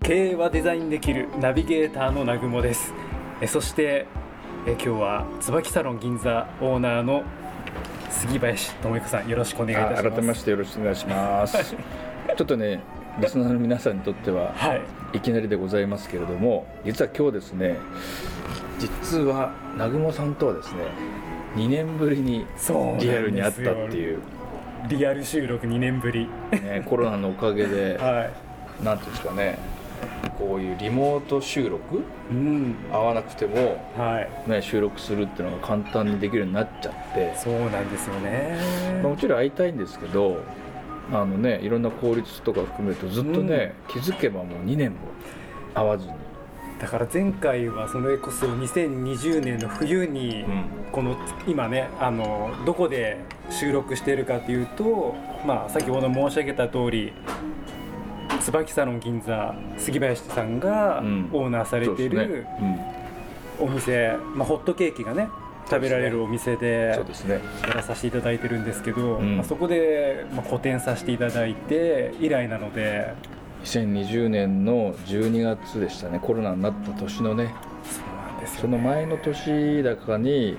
経営はデザインできるナビゲーターの南雲です。そして今日は椿サロン銀座オーナーの杉林智彦さん、よろしくお願いいたします。 改めましてよろしくお願いしますちょっとね、リスナーの皆さんにとっては、いきなりでございますけれども、実は今日ですね、実は南雲さんとはですね、2年ぶりにリアルに会ったっていう、 リアル収録2年ぶり、 ね、コロナのおかげで、なんていうんですかね、こういうリモート収録、会わなくても、ね、収録するっていうのが簡単にできるようになっちゃって。 そうなんですよね、 もちろん会いたいんですけど、いろんな効率とか含めるとずっとね、気づけばもう2年も会わずに。 だから前回はそれこそ2020年の冬に、この今ね、どこで収録しているかというと、先ほど申し上げた通り、椿サロン銀座杉林さんがオーナーされているお店、ホットケーキがね食べられるお店でやらさせていただいてるんですけど、そこで個展させていただいて以来なので、 2020年の12月でしたね、コロナになった年のね。 そうなんですよね。 その前の年だかに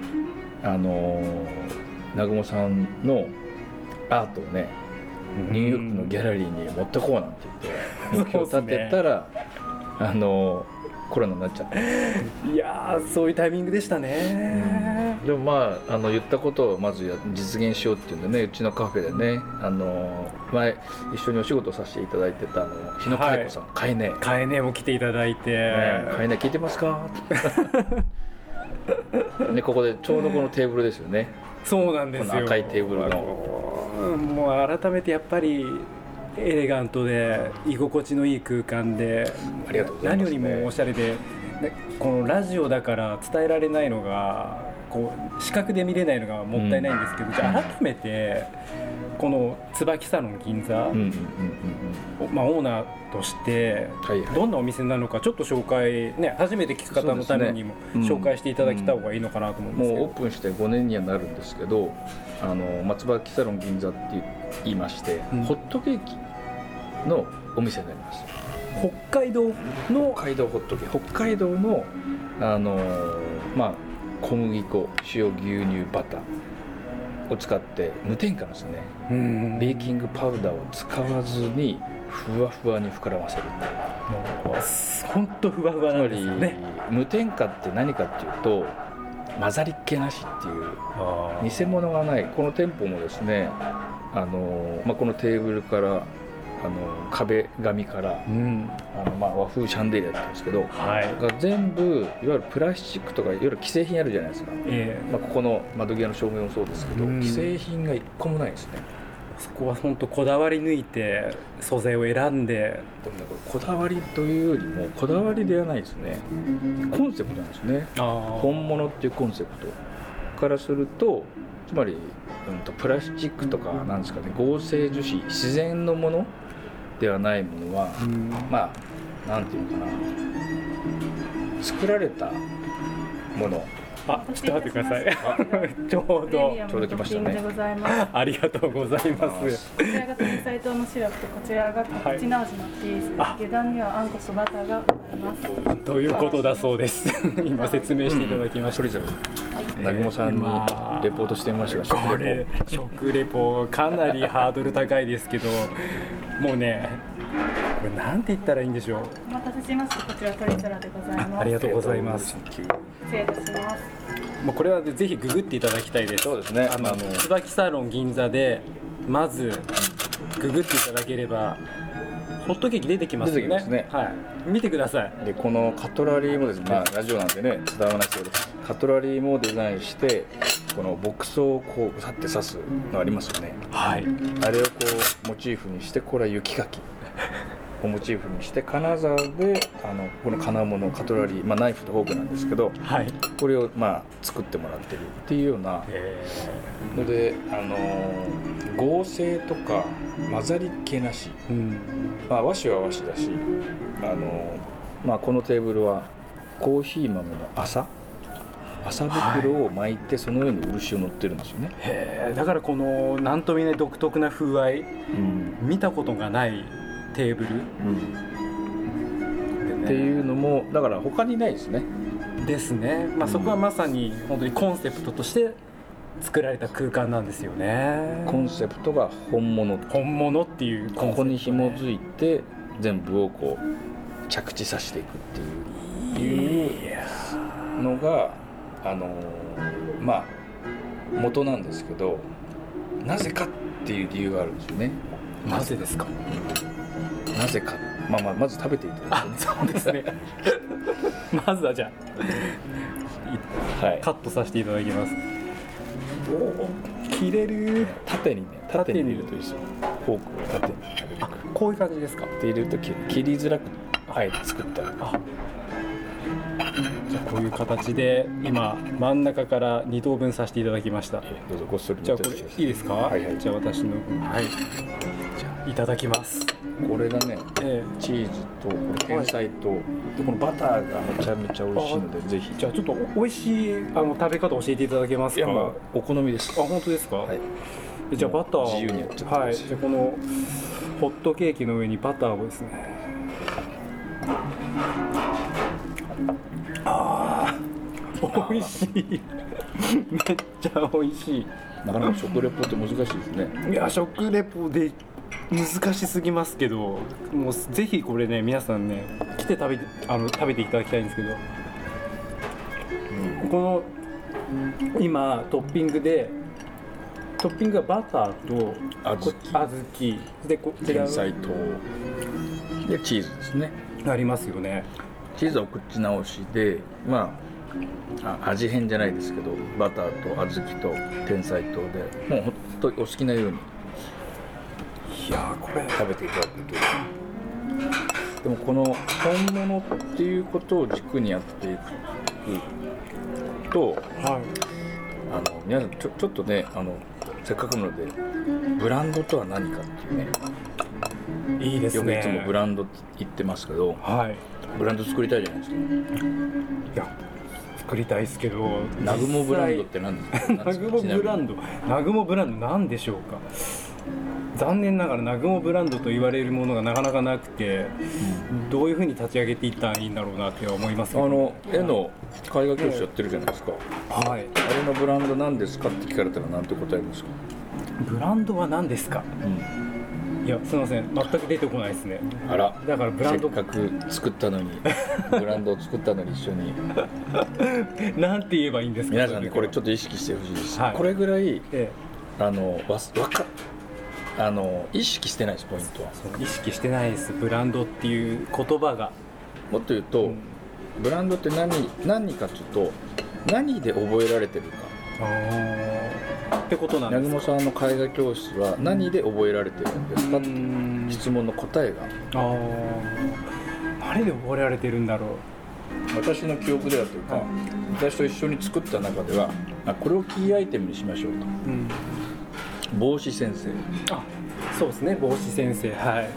南雲さんのアートをね、ニューヨークのギャラリーに持ってこうなんて言って目標立てたら、コロナになっちゃった。 いやー、そういうタイミングでしたね。 でも言ったことをまず実現しようっていうんでね、うちのカフェでね、前一緒にお仕事させていただいてた日野佳恵子さん、カエネも来ていただいて、 カエネ聞いてますかでここでちょうどこのテーブルですよね。 そうなんですよ、 この赤いテーブルの、 もう改めてやっぱりエレガントで居心地のいい空間で、 ありがとうございます、ね、 何よりもおしゃれで、このラジオだから伝えられないのが、こう視覚で見れないのがもったいないんですけど、じゃあ改めてこの椿サロン銀座、オーナーとしてどんなお店なのか、ちょっと紹介、初めて聞く方のためにも紹介していただきた方がいいのかなと思うんですけど。 もうオープンして5年にはなるんですけど、椿サロン銀座って言いまして、ホットケーキのお店になります。 北海道のホットケーキ、北海道の小麦粉、塩、牛乳、バターを使って無添加なんですね。ベーキングパウダーを使わずにふわふわに膨らませる。 本当ふわふわなんですよね。 無添加って何かっていうと、混ざりっ気なしっていう偽物がない。この店舗もですね、このテーブルから壁紙から、和風シャンデリアだったんですけど、が全部いわゆるプラスチックとかいわゆる既製品あるじゃないですか。ここの窓際の照明もそうですけど、既製品が一個もないですね。 そこは本当こだわり抜いて素材を選んで。 でもね、こだわりというよりもこだわりではないですね、コンセプトなんですね。本物っていうコンセプトからすると、つまり、プラスチックとかなんですかね、合成樹脂、自然のものではないものは、なんていうのかな、作られたもの。 ちょっと待ってくださいちょうど来ましたね。 ありがとうございます。 こちらが天才糖のシロップ、こちらがカプチーノ味のチーズ、下段にはあんことバターがございます。 ということだそうです今説明していただきました。 南雲さんにレポートしてみましたが、 食レポかなりハードル高いですけど、もうね、これなんて言ったらいいんでしょう。 お待たせしました。こちら鶏皿でございます。 ありがとうございます。 失礼いたします。 もうこれはぜひググっていただきたいです。 そうですね。 椿サロン銀座でまずググっていただければホットケーキ出てきますよね。 出てきますね。 見てください。 でこのカトラリーもですね、ラジオなんでね伝わらないですけど、カトラリーもデザインして、この牧草をこうさって刺すのありますよね。あれをこうモチーフにして、これは雪かきをモチーフにして、金沢でこの金物カトラリー、ナイフとフォークなんですけど、これを作ってもらってるっていうようなので、合成とか混ざりっ気なし、和紙は和紙だし、このテーブルはコーヒー豆の麻袋を巻いて、その上に漆を乗ってるんですよね。 だからこのなんとも言えない独特な風合い、見たことがないテーブル、 ね。 っていうのもだから他にないですね。 ですね。そこはまさに本当にコンセプトとして作られた空間なんですよね。 コンセプトが本物っていうコンセプト、ね、 ここに紐づいて全部をこう着地させていくっていうのが元なんですけど、なぜかっていう理由があるんですよね。 なぜですか？ なぜか、まず食べていただいて、ね、 そうですねまずはじゃあ、はい、カットさせていただきます。切れる。縦に入れるといいですよ。フォークを縦に食べる。こういう感じですか？ って入れると切りづらくあえて作ったら。 じゃあこういう形で今真ん中から2等分させていただきました。 どうぞごっそり。 じゃあこれいいですか？はいはい。じゃあ私の分、はい。じゃあいただきます。 これがね、チーズと天才と、でこのバターがめちゃめちゃ美味しいので、ぜひ。 じゃあちょっと美味しい食べ方教えていただけますか？ お好みです。 本当ですか？はい。じゃあバターを自由にやっちゃって。 はい。じゃあこのホットケーキの上にバターをですね。美味しいめっちゃ美味しい。 なかなか食レポって難しいですね。 いや食レポで難しすぎますけど、もうぜひこれね皆さんね来て食べていただきたいんですけど、この今トッピングがバターと小豆でこちら天才糖でチーズですね。 ありますよね。 チーズはお口直しで、味変じゃないですけど、バターと小豆と天才糖でもうほんとお好きなようにこれ食べていただくという。でもこの本物っていうことを軸にやっていくと、皆さんちょっとねせっかくなのでブランドとは何かっていうね。 いいですね。 よくいつもブランドって言ってますけど、ブランド作りたいじゃないですか。 いや作りたいですけど、 ナグモブランドって何ですか？ ナグモブランド何でしょうか。残念ながらナグモブランドと言われるものがなかなかなくて、どういうふうに立ち上げていったらいいんだろうなって思いますけど、 絵の絵画教室やってるじゃないですか。あれのブランド何ですかって聞かれたら何て答えるんですか？ ブランドは何ですか？いやすみません、全く出てこないですね。 あら、 だからブランドせっかく作ったのにブランドを作ったのに一緒になんて言えばいいんですか？ 皆さんねこれちょっと意識してほしいです、これぐらい、意識してないです。ポイントは意識してないです。ブランドっていう言葉がもっと言うと、ブランドって何かというと何で覚えられてるかってことなんですか？ 南雲さんの絵画教室は何で覚えられてるんですかって質問の答えが何で覚えられてるんだろう。 私の記憶ではというか、私と一緒に作った中ではこれをキーアイテムにしましょうと、帽子先生。 そうですね、帽子先生。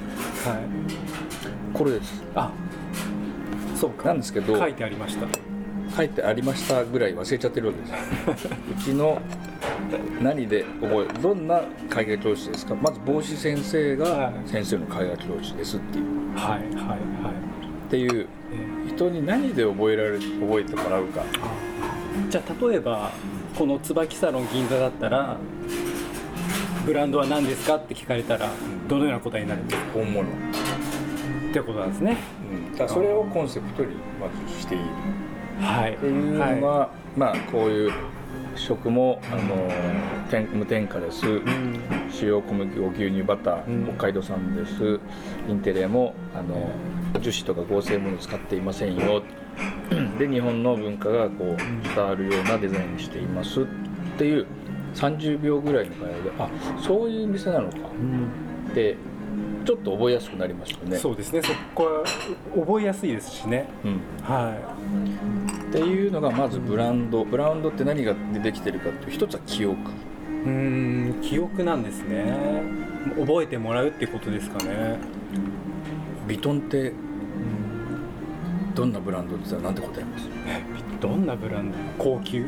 これです。 そうか。 なんですけど書いてありましたぐらい忘れちゃってるわけですうちの何でどんな絵画教室ですか？まず帽子先生が先生の絵画教室ですっていう、っていう人に何で覚えてもらうか。 じゃあ例えばこの椿サロン銀座だったらブランドは何ですかって聞かれたらどのような答えになるんですか？ 本物ってことなんですね。 だからそれをコンセプトにまずしている、っていうのが、こういう食も無添加です、塩小麦粉牛乳バター、北海道産です。インテリアも樹脂とか合成物使っていませんよで日本の文化がこう伝わるようなデザインにしていますっていう30秒ぐらいの会話で、そういう店なのかでちょっと覚えやすくなりましたね。 そうですね、そこは覚えやすいですしね。 っていうのがまずブランドって何ができてるかっていう、一つは記憶。 記憶なんですね。覚えてもらうってことですかね。 ヴィトンってどんなブランドって言ったら何て答えます？ どんなブランド？高級。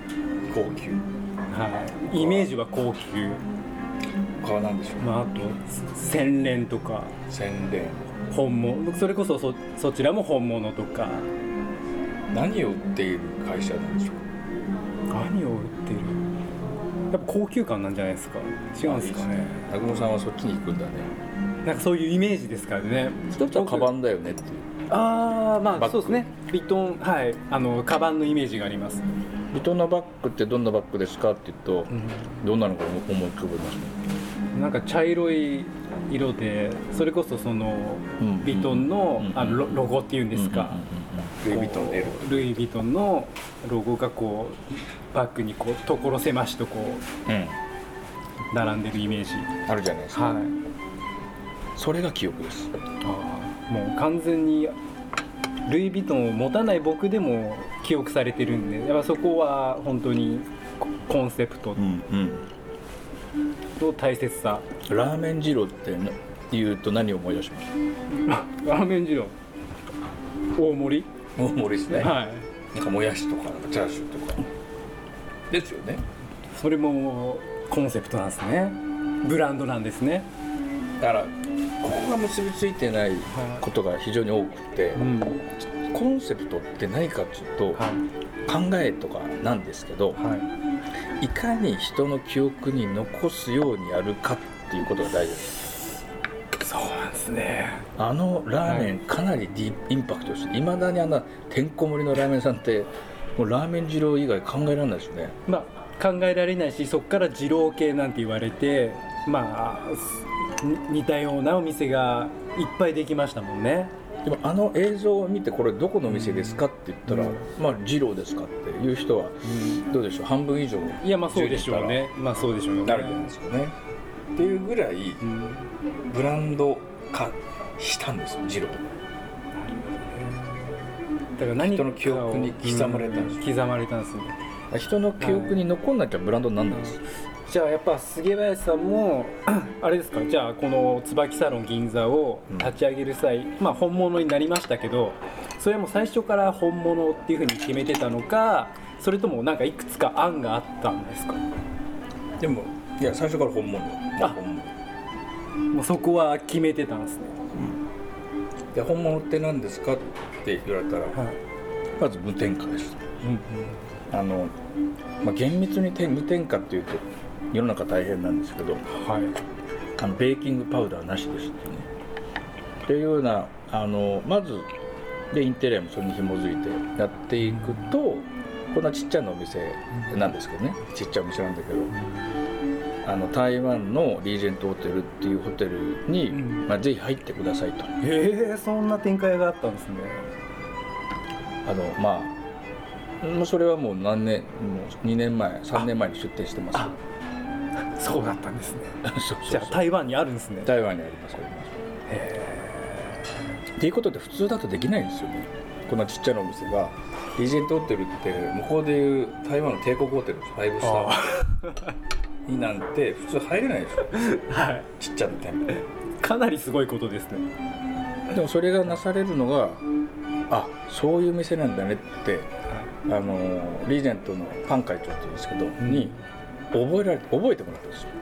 イメージは高級。 他は何でしょう？ あと洗練とか。 洗練。 本物、それこそ そちらも本物とか。 何を売っている会社なんでしょうか。 何を売ってる、やっぱ高級感なんじゃないですか。違うんですかね。 南雲さんはそっちに行くんだね。 なんかそういうイメージですからね。 一つはカバンだよねっていう。 ああ、まあそうですね。ヴィトン、はい、カバンのイメージがあります。 ヴィトンのバッグってどんなバッグですかって言うと、どんなのか思い浮かべますね。 なんか茶色い色で、それこそそのヴィトンのロゴっていうんですか。 ルイ・ヴィトンでルイ・ヴィトンのロゴがこうバッグにこう所狭しとこう、並んでるイメージあるじゃないですか。 はい。 それが記憶です。 もう完全にルイ・ヴィトンを持たない僕でも記憶されてるんで、やっぱそこは本当にコンセプトと大切さ。 ラーメン二郎って言うと何を思い出します？ ラーメン二郎、大盛りですね。 はい。 なんかもやしとかなんかチャーシューとかですよね。 それもコンセプトなんですね。ブランドなんですね。 だからここが結びついてないことが非常に多くて、コンセプトって何かっていうと、考えとかなんですけど、いかに人の記憶に残すようにやるかっていうことが大事です。 そうなんですね。 ラーメンかなりインパクトして、いまだにてんこ盛りのラーメンさんってもうラーメン二郎以外考えられないですよね。 まあ考えられないし、そこから二郎系なんて言われて、まあ似たようなお店がいっぱいできましたもんね。 でも映像を見てこれどこの店ですかって言ったら、まあ二郎ですかっていう人はどうでしょう、半分以上。 いや、まあそうでしょうね。まあそうでしょうね。 なるじゃないですかね。っていうぐらいブランド化したんですよ、二郎。 だから何か人の記憶に刻まれたんですよ。 刻まれたんですね。 人の記憶に残んなきゃブランドにならないです。 じゃあやっぱ杉林さんもあれですか、じゃあこの椿サロン銀座を立ち上げる際、まあ本物になりましたけど、それも最初から本物っていうふうに決めてたのか、それともなんかいくつか案があったんですか？ でもいや、最初から本物。 もうそこは決めてたんですね。 で本物って何ですかって言われたら、まず無添加です。まあ、厳密に無添加っていうと世の中大変なんですけど、ベーキングパウダーなしですってね。っていうようなまずでインテリアもそれに紐づいてやっていくと、こんなちっちゃなお店なんですけどね、ちっちゃいお店なんだけど、台湾のリージェントホテルっていうホテルに、まあ、ぜひ入ってくださいと。 そんな展開があったんですね。 まあそれはもう何年、もう2年前3年前に出店してます。 そうだったんですね。 そうじゃあ台湾にあるんですね。 台湾にあります。っていうことで普通だとできないんですよね。こんなちっちゃなお店がリージェントホテルって向こうでいう台湾の帝国ホテル5スターになんて普通入れないでしょ。ちっちゃな店舗。 かなりすごいことですね。 でもそれがなされるのが、そういう店なんだねって、リージェントのパン会長って言うんですけど、に覚えてもらったんですよ。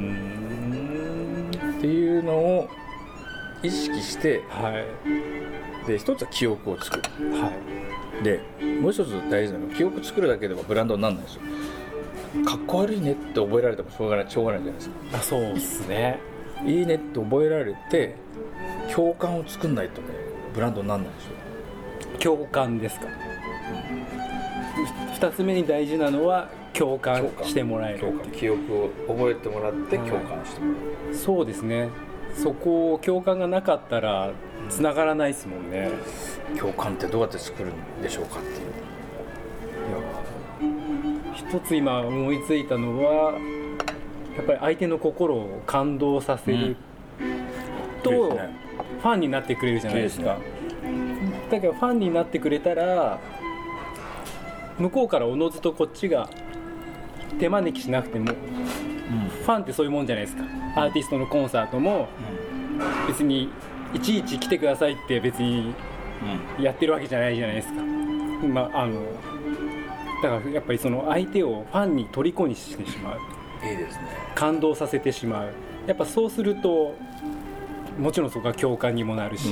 っていうのを意識して、で一つは記憶を作る、でもう一つ大事なのは記憶作るだけではブランドにならないですよ。かっこ悪いねって覚えられてもしょうがないじゃないですか。 そうですね。 いいねって覚えられて共感を作んないとね、ブランドにならないでしょ。 共感ですか。2つ目に大事なのは共感してもらえる。 記憶を覚えてもらって共感してもらう。 そうですね。そこを共感がなかったらつながらないですもんね。 共感ってどうやって作るんでしょうかっていう。 一つ今思いついたのは、やっぱり相手の心を感動させると、ファンになってくれるじゃないですか。だからファンになってくれたら、向こうからおのずとこっちが手招きしなくても、ファンってそういうもんじゃないですか。アーティストのコンサートも別にいちいち来てくださいって別にやってるわけじゃないじゃないですか。だからやっぱりその相手をファンに虜にしてしまう。 いいですね。 感動させてしまう。やっぱそうするともちろんそこが共感にもなるし、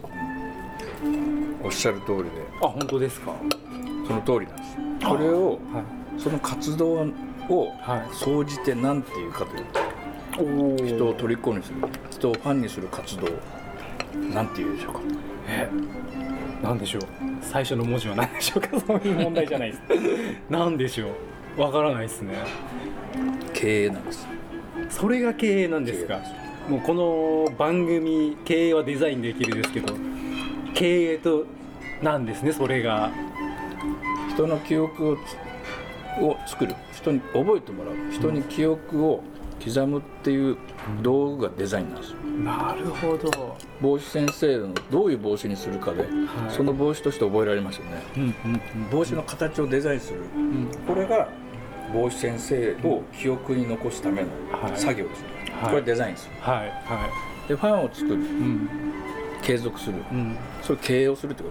おっしゃる通りで。 あ、本当ですか。 その通りなんです。これを、その活動を総じて何ていうかというと、人を虜にする、人をファンにする活動、何て言うでしょうか。 何でしょう。最初の文字は何でしょうか。そういう問題じゃないです。何でしょう。わからないですね。 経営なんです。 それが経営なんですか。もうこの番組、経営はデザインできるですけど、経営となんですね。それが人の記憶を作る、人に覚えてもらう、人に記憶を刻むっていう道具がデザインなんです。 なるほど。 帽子先生のどういう帽子にするかで、その帽子として覚えられますよね。帽子の形をデザインする、これが帽子先生を記憶に残すための作業ですね。これデザインです。でファンを作る、継続する、それ経営をするってこと。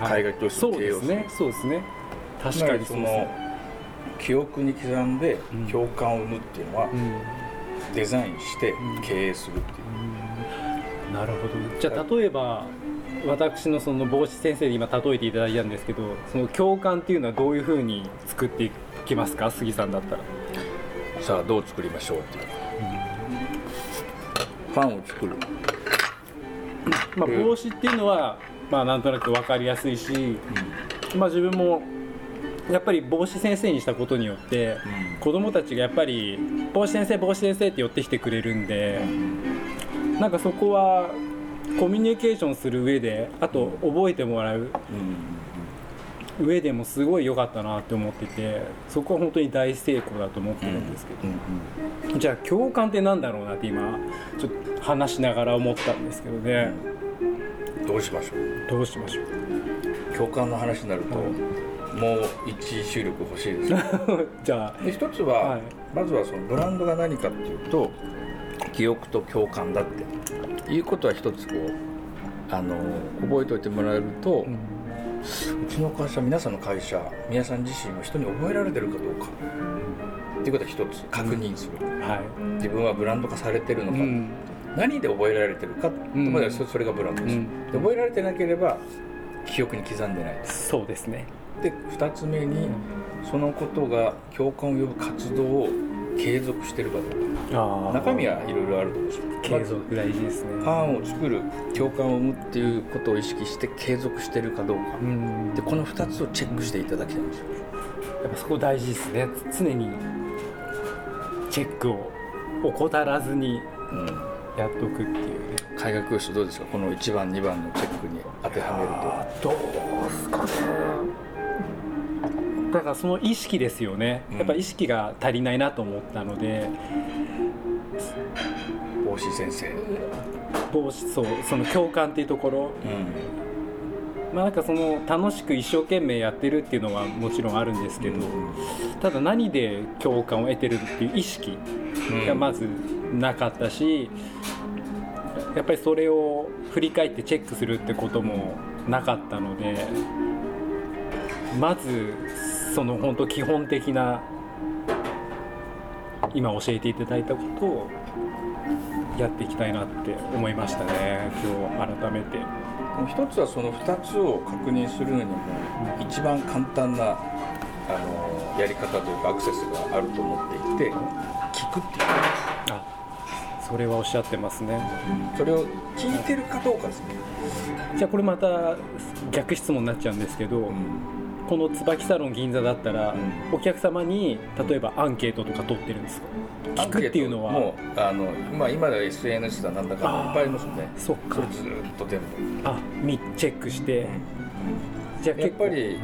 海外として経営をする。 そうですね。確かにその記憶に刻んで共感を生むっていうのは、デザインして経営するっていう。 なるほど。じゃあ例えば私のその帽子先生で今例えていただいたんですけど、その共感っていうのはどういうふうに作っていきますか、杉さんだったら。 さあどう作りましょうっていう、ファンを作る。 帽子っていうのは、なんとなく分かりやすいし、自分もやっぱり帽子先生にしたことによって、子供たちがやっぱり帽子先生帽子先生って寄ってきてくれるんで、なんかそこはコミュニケーションする上で、あと覚えてもらう上でもすごい良かったなって思ってて、そこは本当に大成功だと思ってるんですけど、じゃあ共感ってなんだろうなって今ちょっと話しながら思ったんですけどね。 どうしましょう。共感の話になると、もう一収録欲しいですじゃあで一つは、まずはそのブランドが何かっていうと、記憶と共感だっていうことは一つこう覚えておいてもらえると、うちの会社、皆さんの会社、皆さん自身は人に覚えられてるかどうかっていうことは一つ確認する、自分はブランド化されてるのか、何で覚えられてるかってまではそれがブランドです、で覚えられてなければ記憶に刻んでない。 そうですね。 で2つ目に、そのことが共感を呼ぶ活動を継続してるかどうか。中身はいろいろあると思うんですよ。 継続大事ですね。 ファンを作る、共感を生むっていうことを意識して継続してるかどうか、でこの2つをチェックしていただきたいんですよ。 やっぱそこ大事ですね。常にチェックを怠らずにやっとくっていうね。 海外教室どうですか、この1番2番のチェックに当てはめると。 どうですかね。だからその意識ですよね。やっぱ意識が足りないなと思ったので、 帽子先生、 その共感っていうところ、なんかその楽しく一生懸命やってるっていうのはもちろんあるんですけど、ただ何で共感を得てるっていう意識がまずなかったし、やっぱりそれを振り返ってチェックするってこともなかったので、まずその本当基本的な今教えていただいたことをやっていきたいなって思いましたね、今日改めて。 一つはその2つを確認するのにも一番簡単なやり方というかアクセスがあると思っていて、聞くっていう。 それはおっしゃってますね、 それを聞いてるかどうかですね。 じゃあこれまた逆質問になっちゃうんですけど、この椿サロン銀座だったら、お客様に例えばアンケートとか取ってるんですか。聞くっていうのはもう今では SNS だなんだかいっぱいありますよね。 そっか。 それずっと全部チェックして、 じゃあやっぱり、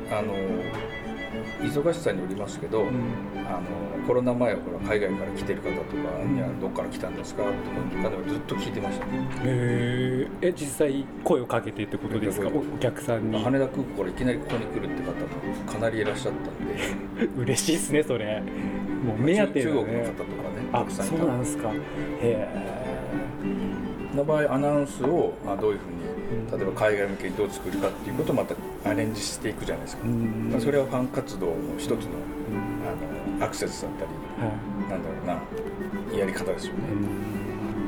忙しさによりますけど、コロナ前は海外から来てる方とかにはどっから来たんですかっていうのをずっと聞いてましたね。 実際声をかけてってことですか、お客さんに。 羽田空港からいきなりここに来るって方もかなりいらっしゃったんで嬉しいですね、それ。もう目当て中国の方とかね、たくさんいた。 そうなんですか。 の場合アナウンスをどういうふうに、例えば海外向けにどう作るかっていうことをまたアレンジしていくじゃないですか。それはファン活動の一つの、アクセスだったり、なんだろうな、やり方ですよね。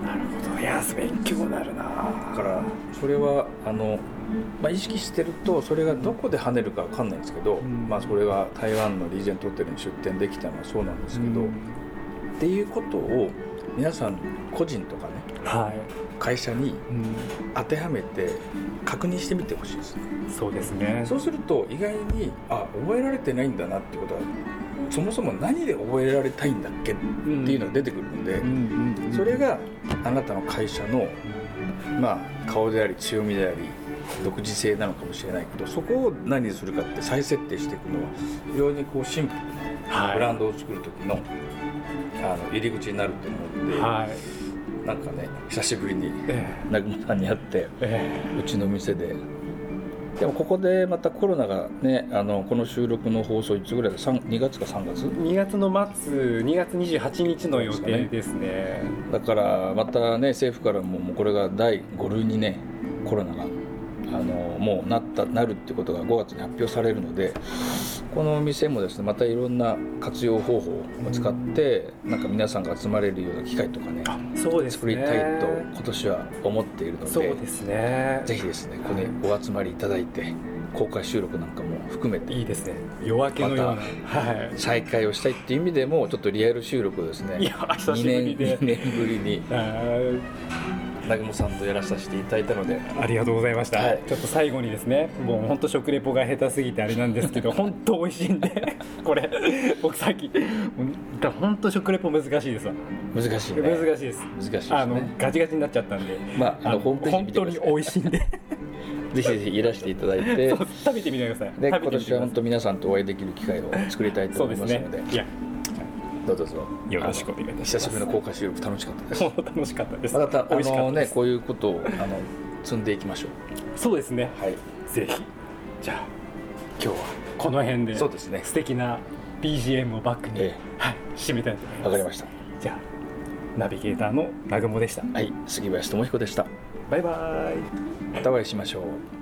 なるほど。いや勉強になるな。 だからそれは意識してるとそれがどこで跳ねるか分かんないんですけど、それが台湾のリージェントホテルに出店できたのはそうなんですけど、っていうことを皆さん個人とかね、会社に当てはめて確認してみてほしいです。 そうですね。 そうすると意外に覚えられてないんだなってことは、そもそも何で覚えられたいんだっけっていうのが出てくるので、それがあなたの会社の顔であり強みであり独自性なのかもしれないけど、そこを何にするかって再設定していくのは非常にシンプルなブランドを作る時の入り口になると思うので、なんかね久しぶりに南雲さんに会って、うちの店で。でもここでまたコロナがね、この収録の放送いつぐらいで2月か3月 2月の末、2月28日の予定ですね。 だからまたね、政府からもこれが第5類にね、コロナがもうなるっていうことが5月に発表されるので、この店もですね、またいろんな活用方法を使ってなんか皆さんが集まれるような機会とかね、 そうですね、 作りたいと今年は思っているので、 そうですね、 ぜひですねここにお集まりいただいて、公開収録なんかも含めていいですね、夜明けのような、 再開をしたいっていう意味でもちょっとリアル収録をですね、2年ぶりに南雲さんとやらさせていただいたので、 ありがとうございました。ちょっと最後にですね、もう本当食レポが下手すぎてあれなんですけど本当美味しいんでこれ僕さっき本当食レポ難しいですわ。 難しいね、 難しいです。 難しいですね、 ガチガチになっちゃったんで、 ホームページ見てください。 本当に美味しいんでぜひぜひいらしていただいて食べてみてください。 で今年は本当皆さんとお会いできる機会を作りたいと思いますので、どうぞよろしくお願いいたします。 久しぶりの公開収録楽しかったです。 楽しかったです。 また美味しかったです。こういうことを積んでいきましょう。 そうですね、ぜひ。じゃあ今日はこの辺で、そうですね、素敵な BGM をバックに、締めたいと思います。 わかりました。 じゃあナビゲーターの南雲でした。 杉林智彦でした。 バイバイ。 またお会いしましょう。